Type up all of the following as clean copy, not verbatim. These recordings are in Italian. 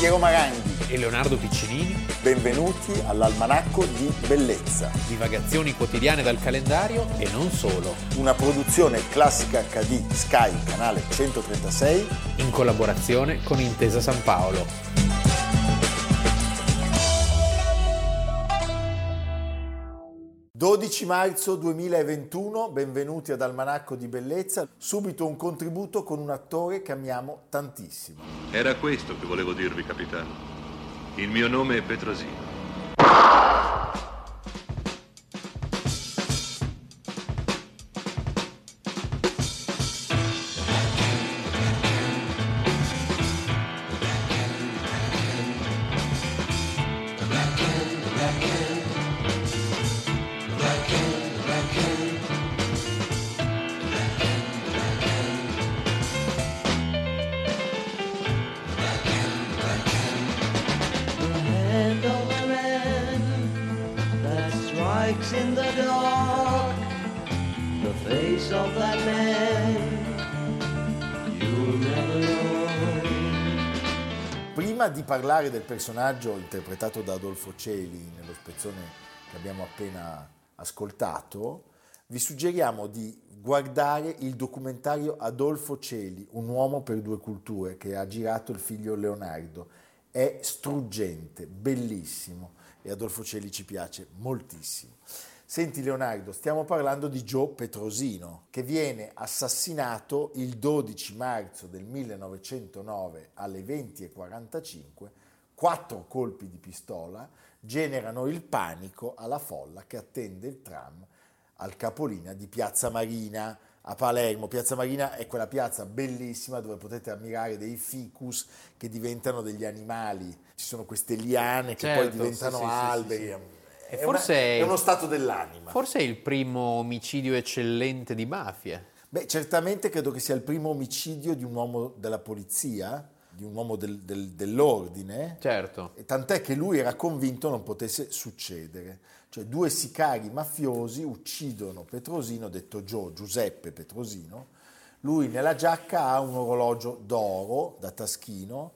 Piero Maranghi e Leonardo Piccinini. Benvenuti all'Almanacco di Bellezza. Divagazioni quotidiane dal calendario e non solo. Una produzione Classica HD Sky, canale 136, in collaborazione con Intesa San Paolo. «12 marzo 2021, benvenuti ad Almanacco di Bellezza. Subito un contributo con un attore che amiamo tantissimo. Era questo che volevo dirvi, capitano. Il mio nome è Petrosino. In the dark, the face of that man you'll never know. Prima di parlare del personaggio interpretato da Adolfo Celi nello spezzone che abbiamo appena ascoltato, vi suggeriamo di guardare il documentario Adolfo Celi, un uomo per due culture, che ha girato il figlio Leonardo. È struggente, bellissimo e Adolfo Celi ci piace moltissimo. Senti Leonardo, stiamo parlando di Joe Petrosino, che viene assassinato il 12 marzo del 1909 alle 20:45. 4 colpi di pistola generano il panico alla folla che attende il tram al capolinea di Piazza Marina a Palermo. Piazza Marina è quella piazza bellissima dove potete ammirare dei ficus che diventano degli animali. Ci sono queste liane che poi diventano alberi. Sì. È uno stato dell'anima. Forse è il primo omicidio eccellente di mafia. Beh, certamente credo che sia il primo omicidio di un uomo della polizia, di un uomo dell'ordine. Certo. E tant'è che lui era convinto non potesse succedere. Cioè 2 sicari mafiosi uccidono Petrosino, detto Giuseppe Petrosino. Lui nella giacca ha un orologio d'oro da taschino,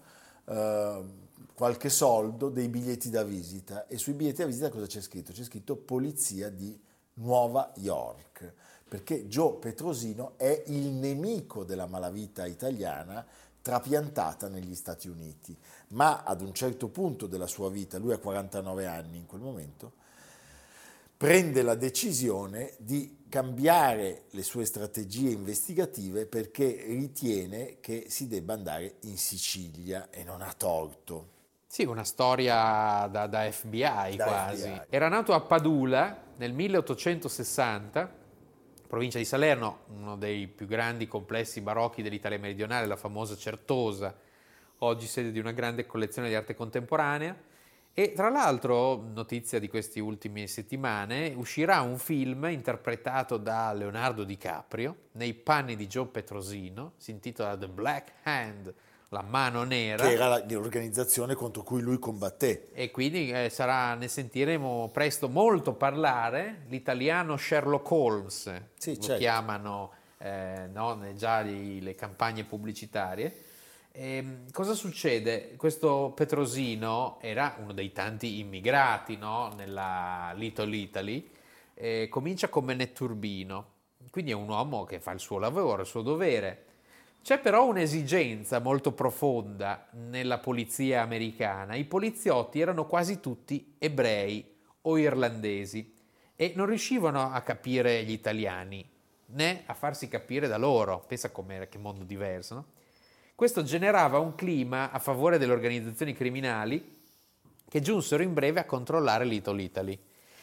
qualche soldo, dei biglietti da visita, e sui biglietti da visita cosa c'è scritto? C'è scritto Polizia di Nuova York, perché Joe Petrosino è il nemico della malavita italiana trapiantata negli Stati Uniti, ma ad un certo punto della sua vita, lui ha 49 anni in quel momento, prende la decisione di cambiare le sue strategie investigative perché ritiene che si debba andare in Sicilia, e non ha torto. Sì, una storia da FBI quasi. FBI. Era nato a Padula nel 1860, provincia di Salerno, uno dei più grandi complessi barocchi dell'Italia meridionale, la famosa Certosa, oggi sede di una grande collezione di arte contemporanea. E tra l'altro, notizia di queste ultime settimane, uscirà un film interpretato da Leonardo DiCaprio nei panni di Joe Petrosino, si intitola The Black Hand, la mano nera, che era l'organizzazione contro cui lui combatté. e quindi ne sentiremo presto molto parlare. L'italiano Sherlock Holmes, Sì, lo certo. chiamano già le campagne pubblicitarie. Cosa succede? Questo Petrosino era uno dei tanti immigrati, nella Little Italy, comincia come netturbino, quindi è un uomo che fa il suo lavoro, il suo dovere. C'è però un'esigenza molto profonda nella polizia americana. I poliziotti erano quasi tutti ebrei o irlandesi e non riuscivano a capire gli italiani, né a farsi capire da loro. Pensa che mondo diverso, no? Questo generava un clima a favore delle organizzazioni criminali che giunsero in breve a controllare Little Italy.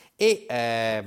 E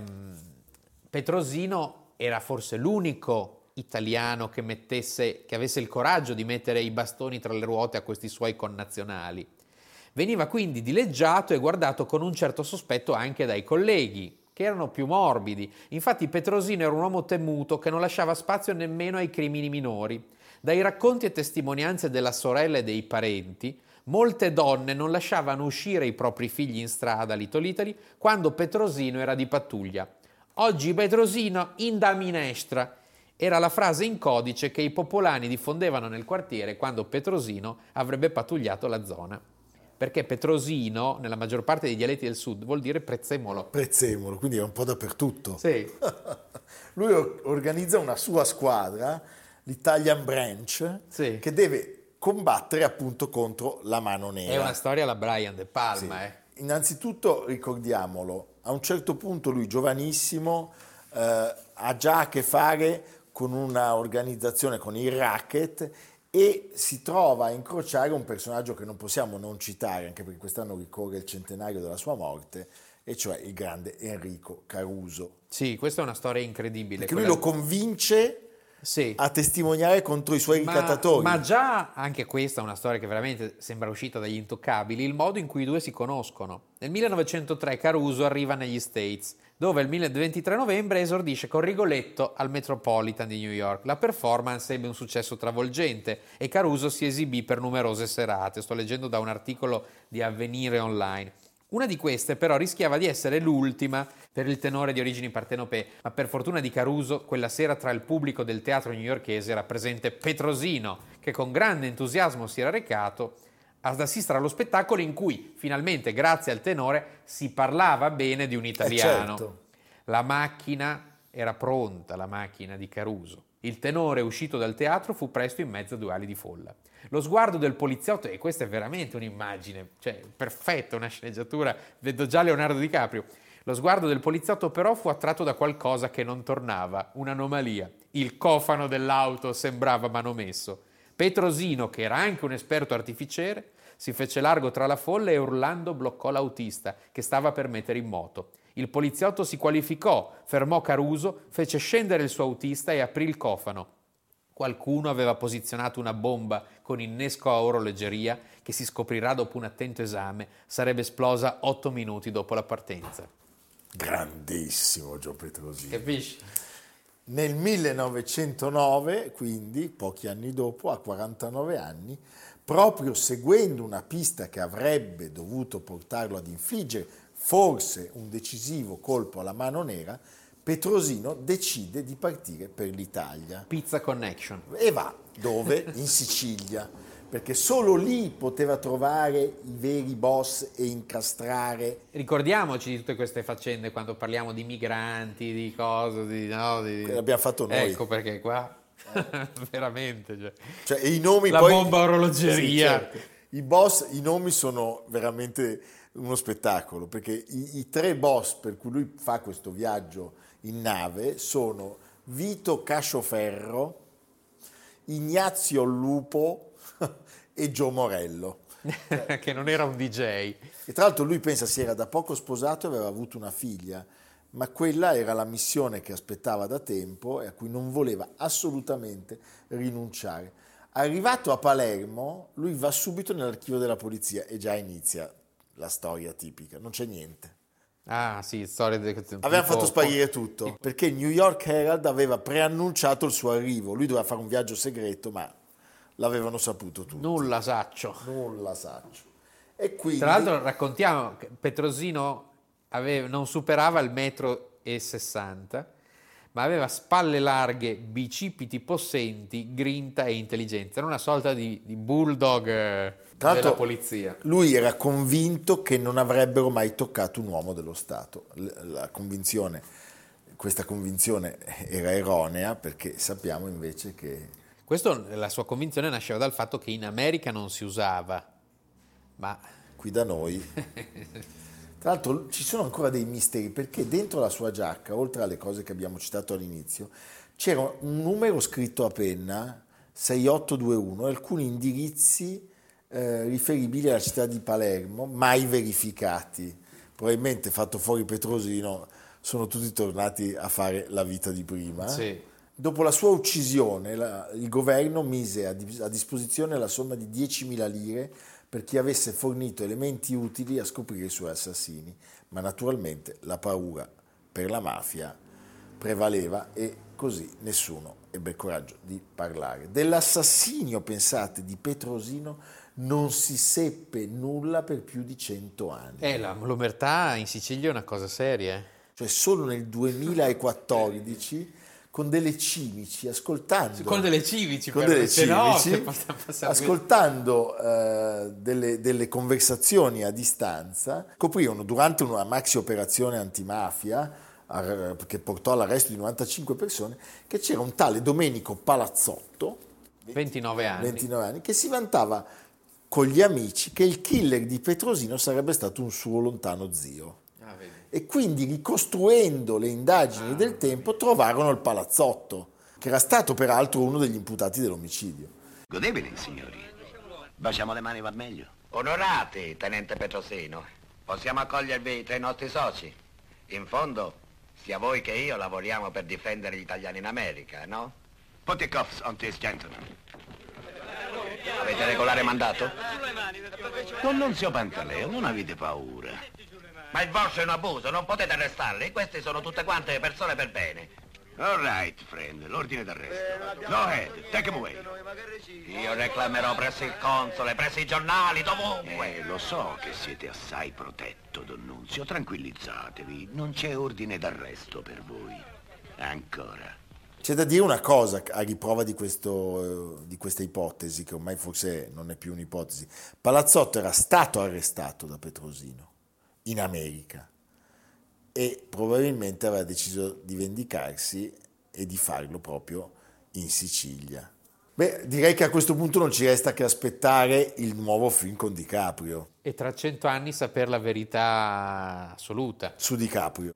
Petrosino era forse l'unico italiano che avesse il coraggio di mettere i bastoni tra le ruote a questi suoi connazionali. Veniva quindi dileggiato e guardato con un certo sospetto anche dai colleghi, che erano più morbidi. Infatti Petrosino era un uomo temuto che non lasciava spazio nemmeno ai crimini minori. Dai racconti e testimonianze della sorella e dei parenti, molte donne non lasciavano uscire i propri figli in strada a Little Italy quando Petrosino era di pattuglia. Oggi Petrosino in da minestra era la frase in codice che i popolani diffondevano nel quartiere quando Petrosino avrebbe pattugliato la zona. perché Petrosino, nella maggior parte dei dialetti del sud, vuol dire prezzemolo. Prezzemolo, quindi è un po' dappertutto. Sì. Lui organizza una sua squadra, l'Italian Branch, Sì. che deve combattere appunto contro la Mano Nera. È una storia alla Brian De Palma, Sì. Innanzitutto ricordiamolo, a un certo punto lui giovanissimo ha già a che fare con una organizzazione, con il racket, e si trova a incrociare un personaggio che non possiamo non citare, anche perché quest'anno ricorre il centenario della sua morte, e cioè il grande Enrico Caruso. Sì, questa è una storia incredibile. Perché lui lo convince sì. a testimoniare contro i suoi ricattatori. Ma già anche questa è una storia che veramente sembra uscita dagli intoccabili, il modo in cui i due si conoscono. Nel 1903 Caruso arriva negli States, dove il 23 novembre esordisce con Rigoletto al Metropolitan di New York. La performance ebbe un successo travolgente e Caruso si esibì per numerose serate. Sto leggendo da un articolo di Avvenire Online. Una di queste però rischiava di essere l'ultima per il tenore di origini partenopee, ma per fortuna di Caruso quella sera tra il pubblico del teatro newyorkese era presente Petrosino, che con grande entusiasmo si era recato ad assistere allo spettacolo in cui finalmente, grazie al tenore, si parlava bene di un italiano. Certo. La macchina era pronta, la macchina di Caruso. Il tenore uscito dal teatro fu presto in mezzo a due ali di folla. Lo sguardo del poliziotto, e questa è veramente un'immagine, cioè perfetta, una sceneggiatura, vedo già Leonardo DiCaprio. Lo sguardo del poliziotto però fu attratto da qualcosa che non tornava, un'anomalia. Il cofano dell'auto sembrava manomesso. Petrosino, che era anche un esperto artificiere, si fece largo tra la folla e urlando bloccò l'autista, che stava per mettere in moto. Il poliziotto si qualificò, fermò Caruso, fece scendere il suo autista e aprì il cofano. Qualcuno aveva posizionato una bomba con innesco a orologeria che si scoprirà dopo un attento esame sarebbe esplosa 8 minuti dopo la partenza. Grandissimo Gio Petrosino. Capisci? Nel 1909, quindi pochi anni dopo, a 49 anni, proprio seguendo una pista che avrebbe dovuto portarlo ad infliggere forse un decisivo colpo alla Mano Nera, Petrosino decide di partire per l'Italia. Pizza Connection. E va dove? In Sicilia, perché solo lì poteva trovare i veri boss e incastrare. Ricordiamoci di tutte queste faccende quando parliamo di migranti, di cose, L'abbiamo fatto noi. Ecco perché qua veramente. Cioè, i nomi la poi, bomba orologeria. Sì, certo. I boss, i nomi sono veramente uno spettacolo, perché i tre boss per cui lui fa questo viaggio in nave sono Vito Cascioferro, Ignazio Lupo e Gio Morello. Che non era un DJ. E tra l'altro lui pensa si era da poco sposato e aveva avuto una figlia, ma quella era la missione che aspettava da tempo e a cui non voleva assolutamente rinunciare. Arrivato a Palermo, lui va subito nell'archivio della polizia e già inizia la storia tipica, non c'è niente. Ah sì, storia aveva fatto sparire tutto, perché il New York Herald aveva preannunciato il suo arrivo, lui doveva fare un viaggio segreto, ma l'avevano saputo tutti. Nulla saccio. E quindi... Tra l'altro raccontiamo che Petrosino non superava il 1,60 m, ma aveva spalle larghe, bicipiti possenti, grinta e intelligenza. Era una sorta di bulldog della polizia. Lui era convinto che non avrebbero mai toccato un uomo dello Stato. Questa convinzione era erronea, perché sappiamo invece che... La sua convinzione nasceva dal fatto che in America non si usava, ma... Qui da noi... Tra l'altro ci sono ancora dei misteri, perché dentro la sua giacca, oltre alle cose che abbiamo citato all'inizio, c'era un numero scritto a penna, 6821, e alcuni indirizzi riferibili alla città di Palermo, mai verificati. Probabilmente, fatto fuori Petrosino, sono tutti tornati a fare la vita di prima. Sì. Dopo la sua uccisione, il governo mise a disposizione la somma di 10.000 lire per chi avesse fornito elementi utili a scoprire i suoi assassini, ma naturalmente la paura per la mafia prevaleva e così nessuno ebbe il coraggio di parlare. Dell'assassinio, pensate, di Petrosino non si seppe nulla per più di 100 anni. L'omertà in Sicilia è una cosa seria. Cioè solo nel 2014 con delle cimici, ascoltando. Con delle civici, con per delle se no, cimici, ascoltando delle conversazioni a distanza, scoprirono durante una maxi operazione antimafia che portò all'arresto di 95 persone, che c'era un tale Domenico Palazzotto, 29 anni, che si vantava con gli amici che il killer di Petrosino sarebbe stato un suo lontano zio. Vedi. E quindi, ricostruendo le indagini del tempo, trovarono il Palazzotto, che era stato peraltro uno degli imputati dell'omicidio. Godebili, signori. Baciamo le mani, va meglio. Onorati, tenente Petrosino. Possiamo accogliervi tra i nostri soci. In fondo, sia voi che io lavoriamo per difendere gli italiani in America, no? Put the cuffs on this gentleman. Avete regolare mandato? Con Nunzio Pantaleo, non avete paura. Ma il vostro è un abuso, non potete arrestarli. Queste sono tutte quante persone per bene. All right, friend, l'ordine d'arresto. Go ahead, take him away. Io reclamerò presso il console, presso i giornali, dovunque. Lo so che siete assai protetto, Don Nunzio. Tranquillizzatevi, non c'è ordine d'arresto per voi. Ancora. C'è da dire una cosa a riprova di questa ipotesi, che ormai forse non è più un'ipotesi. Palazzotto era stato arrestato da Petrosino in America e probabilmente aveva deciso di vendicarsi e di farlo proprio in Sicilia. Beh, direi che a questo punto non ci resta che aspettare il nuovo film con DiCaprio. E tra 100 anni sapere la verità assoluta. Su DiCaprio.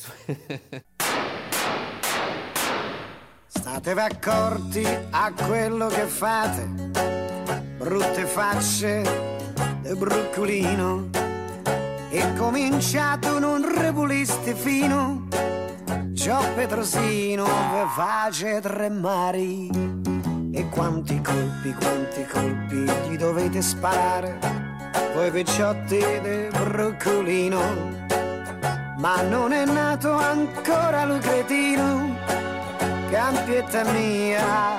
Statevi accorti a quello che fate, brutte facce e broccolino, e cominciate un repuliste fino, ciò Petrosino ve face tremare. E quanti colpi gli dovete sparare, voi picciotti de broccolino, ma non è nato ancora lo cretino, campietta mia,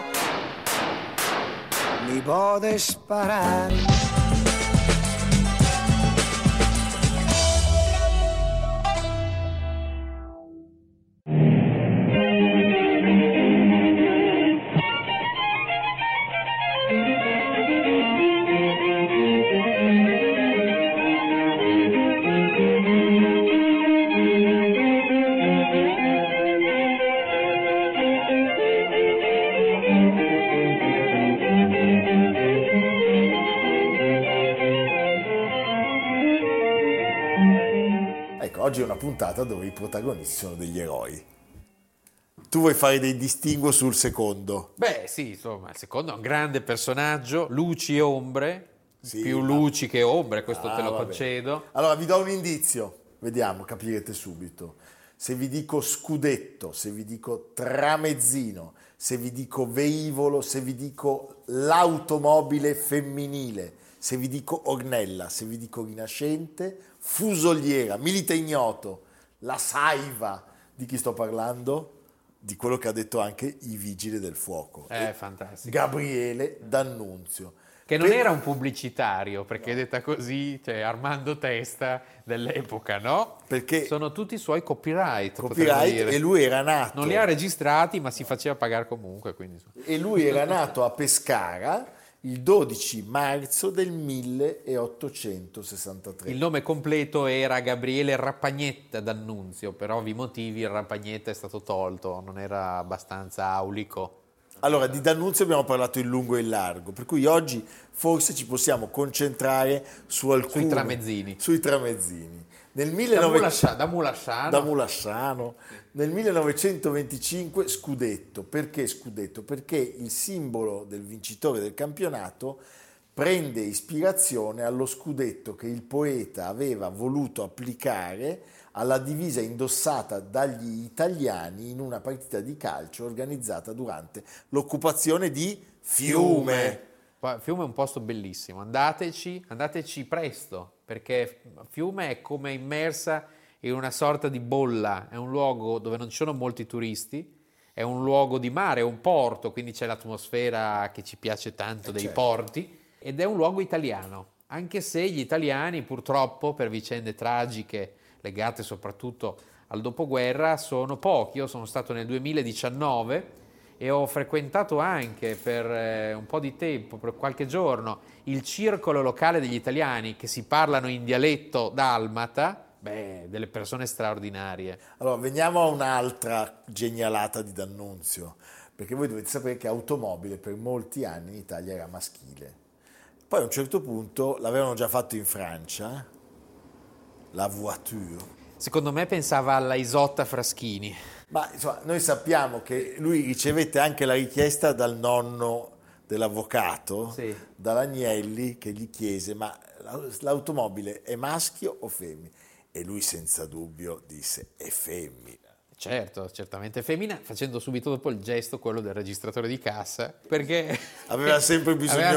mi può sparare. Oggi è una puntata dove i protagonisti sono degli eroi. Tu vuoi fare dei distinguo sul secondo? Beh, sì, insomma, il secondo è un grande personaggio, luci e ombre, Sì, più luci che ombre, questo te lo vabbè. concedo. Allora, vi do un indizio, vediamo, capirete subito. Se vi dico scudetto, se vi dico tramezzino, se vi dico velivolo, se vi dico l'automobile femminile, se vi dico Ornella, se vi dico rinascente, fusoliera, milite ignoto, la saiva, di chi sto parlando? Di quello che ha detto anche i vigili del fuoco. Fantastico. Gabriele D'Annunzio. Che non era un pubblicitario, perché detta così, cioè Armando Testa dell'epoca, no? Perché sono tutti i suoi copyright dire. E lui era nato. Non li ha registrati, ma si faceva pagare comunque. Quindi. E lui era nato a Pescara il 12 marzo del 1863. Il nome completo era Gabriele Rappagnetta D'Annunzio, per ovvi motivi il Rappagnetta è stato tolto, non era abbastanza aulico. Allora, di D'Annunzio abbiamo parlato in lungo e in largo, per cui oggi forse ci possiamo concentrare su alcuni... Sui tramezzini. Da Mulasciano. Nel 1925 scudetto. Perché scudetto? Perché il simbolo del vincitore del campionato prende ispirazione allo scudetto che il poeta aveva voluto applicare alla divisa indossata dagli italiani in una partita di calcio organizzata durante l'occupazione di Fiume. Fiume è un posto bellissimo, andateci presto, perché Fiume è come immersa in una sorta di bolla, è un luogo dove non ci sono molti turisti, è un luogo di mare, è un porto, quindi c'è l'atmosfera che ci piace tanto dei porti, ed è un luogo italiano, anche se gli italiani purtroppo per vicende tragiche legate soprattutto al dopoguerra sono pochi. Io sono stato nel 2019 e ho frequentato anche per un po' di tempo, per qualche giorno, il circolo locale degli italiani che si parlano in dialetto dalmata. Delle persone straordinarie. Allora, veniamo a un'altra genialata di D'Annunzio, perché voi dovete sapere che automobile per molti anni in Italia era maschile. Poi a un certo punto l'avevano già fatto in Francia, la voiture. Secondo me pensava alla Isotta Fraschini. Ma insomma, noi sappiamo che lui ricevette anche la richiesta dal nonno dell'avvocato, Sì. dall'Agnelli, che gli chiese: ma l'automobile è maschio o femmina? E lui senza dubbio disse: è femmina. Certo, certamente femmina, facendo subito dopo il gesto, quello del registratore di cassa, perché Aveva sempre bisogno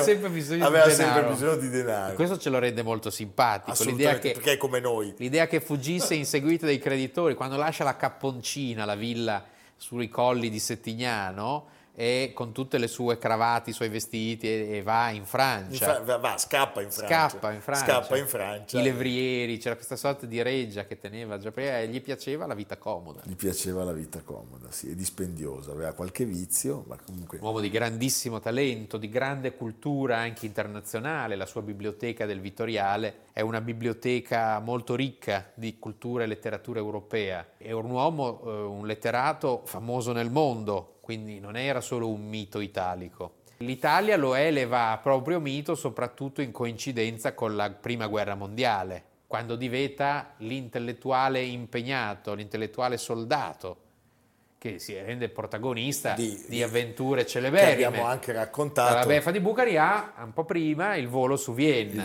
di denaro. E questo ce lo rende molto simpatico. Assolutamente, perché è come noi. L'idea che fuggisse inseguito dai creditori, quando lascia la Capponcina, la villa sui colli di Settignano, e con tutte le sue cravate, i suoi vestiti, e va in Francia. Scappa in Francia. I levrieri, c'era questa sorta di reggia che teneva già prima, e gli piaceva la vita comoda. Gli piaceva la vita comoda, sì, e dispendiosa, aveva qualche vizio, ma comunque... Un uomo di grandissimo talento, di grande cultura anche internazionale. La sua biblioteca del Vittoriale è una biblioteca molto ricca di cultura e letteratura europea. È un uomo, un letterato famoso nel mondo, quindi non era solo un mito italico. L'Italia lo eleva a proprio mito soprattutto in coincidenza con la Prima Guerra Mondiale, quando diventa l'intellettuale impegnato, l'intellettuale soldato, che si rende protagonista di avventure celeberrime. Che abbiamo anche raccontato. La beffa di Bucari ha, un po' prima, il volo su Vienna.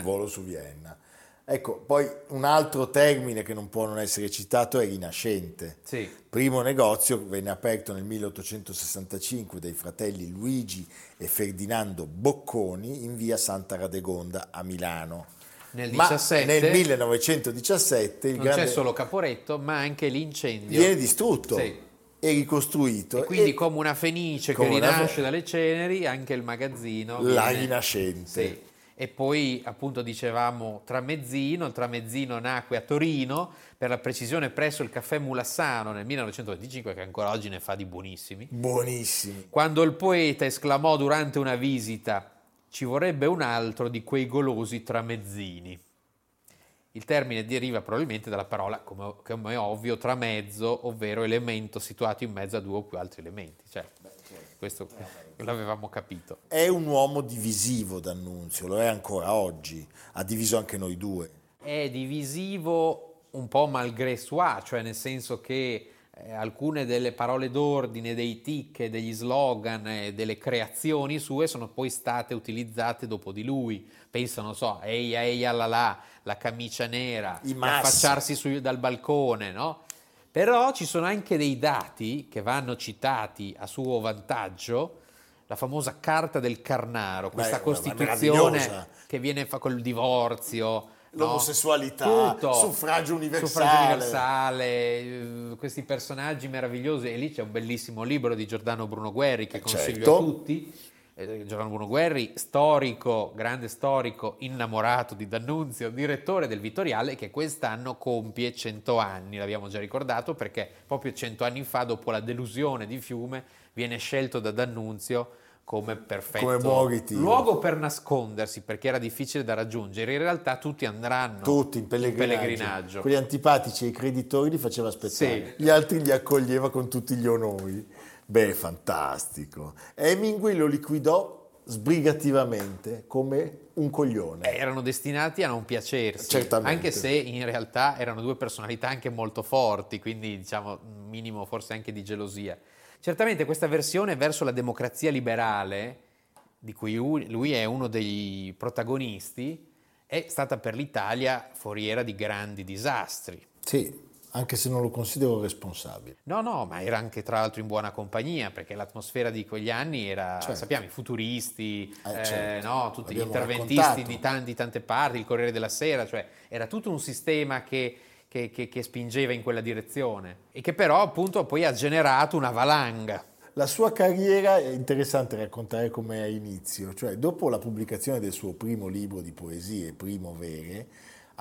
Ecco, poi un altro termine che non può non essere citato è rinascente. Sì. Primo negozio venne aperto nel 1865 dai fratelli Luigi e Ferdinando Bocconi in via Santa Radegonda a Milano. Nel 1917 il non c'è solo Caporetto, ma anche l'incendio viene distrutto. Sì. E ricostruito. E quindi come una fenice che rinasce dalle ceneri, anche il magazzino la rinascente. Sì. E poi appunto dicevamo Tramezzino, il Tramezzino nacque a Torino, per la precisione presso il caffè Mulassano nel 1925, che ancora oggi ne fa di buonissimi. Buonissimi. Quando il poeta esclamò durante una visita: ci vorrebbe un altro di quei golosi tramezzini. Il termine deriva probabilmente dalla parola, come è ovvio, tramezzo, ovvero elemento situato in mezzo a due o più altri elementi. Cioè, questo l'avevamo capito. È un uomo divisivo, D'Annunzio, lo è ancora oggi, ha diviso anche noi due. È divisivo un po' malgré soi, cioè nel senso che alcune delle parole d'ordine, dei tic, degli slogan e delle creazioni sue sono poi state utilizzate dopo di lui. Penso, non so, eia eia la camicia nera, affacciarsi dal balcone, no? Però ci sono anche dei dati che vanno citati a suo vantaggio, la famosa Carta del Carnaro, questa Costituzione che viene col divorzio, l'omosessualità, suffragio universale, questi personaggi meravigliosi. E lì c'è un bellissimo libro di Giordano Bruno Guerri che consiglio a tutti. Giordano Bruno Guerri, storico, grande storico, innamorato di D'Annunzio, direttore del Vittoriale, che quest'anno compie 100 anni, l'abbiamo già ricordato, perché proprio 100 anni fa, dopo la delusione di Fiume, viene scelto da D'Annunzio come perfetto luogo per nascondersi, perché era difficile da raggiungere. In realtà tutti andranno in pellegrinaggio. Quelli antipatici ai creditori li faceva aspettare, sì. Gli altri li accoglieva con tutti gli onori. Fantastico. Hemingway lo liquidò sbrigativamente come un coglione. Erano destinati a non piacersi, certamente. Anche se in realtà erano due personalità anche molto forti, quindi diciamo minimo forse anche di gelosia. Certamente questa versione verso la democrazia liberale, di cui lui è uno dei protagonisti, è stata per l'Italia foriera di grandi disastri. Sì, anche se non lo considero responsabile. No, ma era anche tra l'altro in buona compagnia, perché l'atmosfera di quegli anni era, sappiamo, i futuristi, tutti gli interventisti di tante parti, il Corriere della Sera, cioè era tutto un sistema che spingeva in quella direzione e che però appunto poi ha generato una valanga. La sua carriera è interessante raccontare come a inizio, cioè dopo la pubblicazione del suo primo libro di poesie, Primo Vere,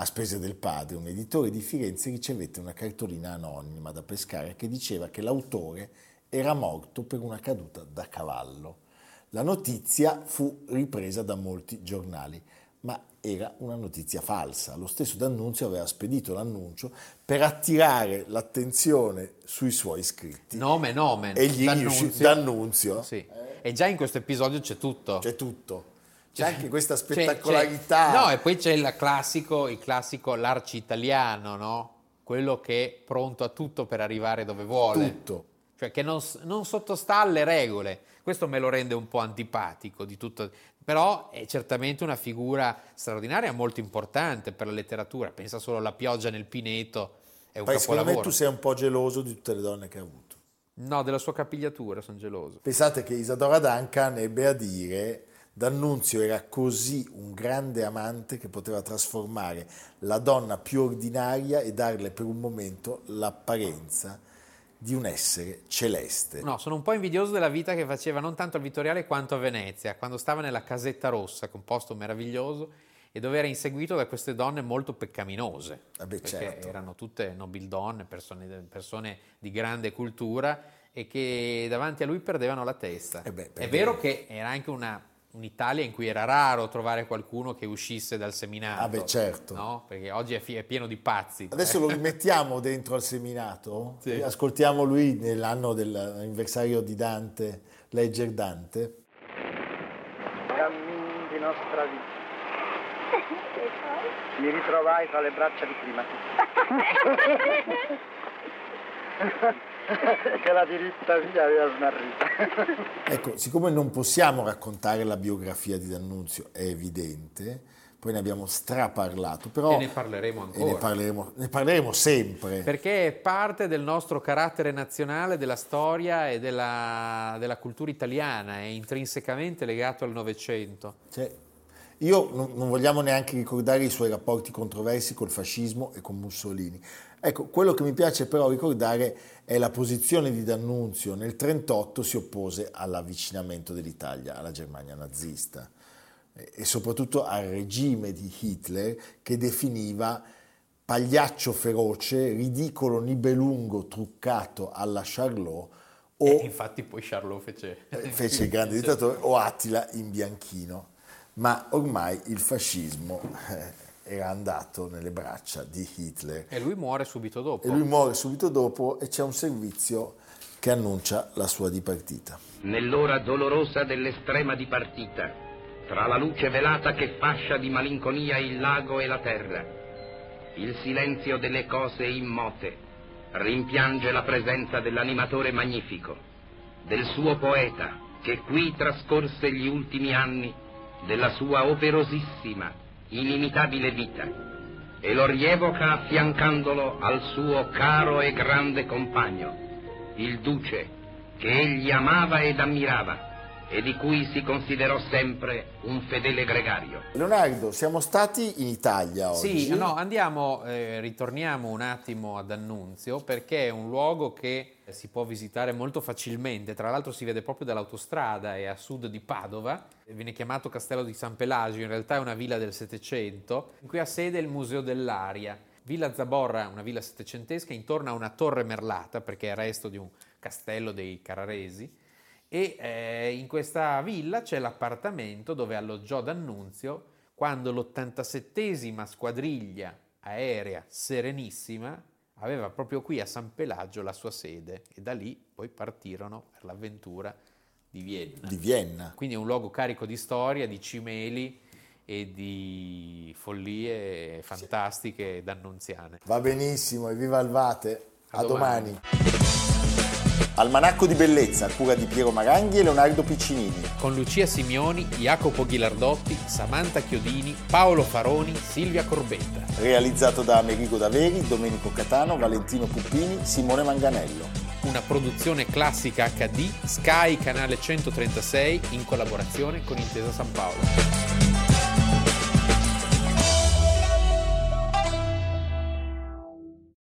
A spese del padre, un editore di Firenze ricevette una cartolina anonima da Pescara che diceva che l'autore era morto per una caduta da cavallo. La notizia fu ripresa da molti giornali, ma era una notizia falsa. Lo stesso D'Annunzio aveva spedito l'annuncio per attirare l'attenzione sui suoi scritti. Nomen. E gli riuscì D'Annunzio. Sì. E già in questo episodio c'è tutto. C'è anche questa spettacolarità. No, e poi c'è il classico l'arci-italiano, no? Quello che è pronto a tutto per arrivare dove vuole. Tutto. Cioè che non sottostà alle regole. Questo me lo rende un po' antipatico di tutto. Però è certamente una figura straordinaria, molto importante per la letteratura. Pensa solo alla Pioggia nel Pineto, è un Poi capolavoro. secondo me tu sei un po' geloso di tutte le donne che ha avuto. No, della sua capigliatura sono geloso. Pensate che Isadora Duncan ebbe a dire: D'Annunzio era così un grande amante che poteva trasformare la donna più ordinaria e darle per un momento l'apparenza di un essere celeste. No, sono un po' invidioso della vita che faceva non tanto al Vittoriale quanto a Venezia, quando stava nella Casetta Rossa, che è un posto meraviglioso, e dove era inseguito da queste donne molto peccaminose, perché certo. erano tutte nobildonne, persone di grande cultura e che davanti a lui perdevano la testa. È vero che era anche un'Italia in cui era raro trovare qualcuno che uscisse dal seminato. Certo. No? Perché oggi è pieno di pazzi. Adesso lo rimettiamo dentro al seminato? Sì. Ascoltiamo lui nell'anno dell'anniversario di Dante, legger Dante. Cammin di nostra vita. Mi ritrovai fra le braccia di Climatis. Che la diritta via aveva smarrita. Ecco, siccome non possiamo raccontare la biografia di D'Annunzio, è evidente, poi ne abbiamo straparlato, però... E ne parleremo ancora. Ne parleremo sempre. Perché è parte del nostro carattere nazionale, della storia e della cultura italiana, è intrinsecamente legato al Novecento. Io non vogliamo neanche ricordare i suoi rapporti controversi col fascismo e con Mussolini. Ecco, quello che mi piace però ricordare è la posizione di D'Annunzio. Nel 1938 si oppose all'avvicinamento dell'Italia alla Germania nazista e soprattutto al regime di Hitler, che definiva pagliaccio feroce, ridicolo nibelungo truccato alla Charlot, e infatti poi Charlot fece il grande dittatore, o Attila in bianchino. Ma ormai il fascismo era andato nelle braccia di Hitler. E lui muore subito dopo. E c'è un servizio che annuncia la sua dipartita. Nell'ora dolorosa dell'estrema dipartita, tra la luce velata che fascia di malinconia il lago e la terra, il silenzio delle cose immote rimpiange la presenza dell'animatore magnifico, del suo poeta che qui trascorse gli ultimi anni della sua operosissima, inimitabile vita, e lo rievoca affiancandolo al suo caro e grande compagno, il duce, che egli amava ed ammirava e di cui si considerò sempre un fedele gregario. Leonardo, siamo stati in Italia oggi. Sì, ritorniamo un attimo ad D'Annunzio, perché è un luogo che si può visitare molto facilmente. Tra l'altro si vede proprio dall'autostrada, è a sud di Padova, viene chiamato Castello di San Pelagio, in realtà è una villa del Settecento, in cui ha sede il Museo dell'Aria. Villa Zaborra, una villa settecentesca, intorno a una torre merlata, perché è il resto di un castello dei Carraresi, e in questa villa c'è l'appartamento dove alloggiò D'Annunzio quando l'87esima squadriglia aerea Serenissima aveva proprio qui a San Pelagio la sua sede, e da lì poi partirono per l'avventura di Vienna. Quindi è un luogo carico di storia, di cimeli e di follie fantastiche d'annunziane. Va benissimo, evviva il Vate. A domani. Almanacco di bellezza, a cura di Piero Maranghi e Leonardo Piccinini. Con Lucia Simioni, Jacopo Ghilardotti, Samantha Chiodini, Paolo Faroni, Silvia Corbetta. Realizzato da Amerigo Daveri, Domenico Catano, Valentino Puppini, Simone Manganello. Una produzione classica HD, Sky Canale 136, in collaborazione con Intesa San Paolo.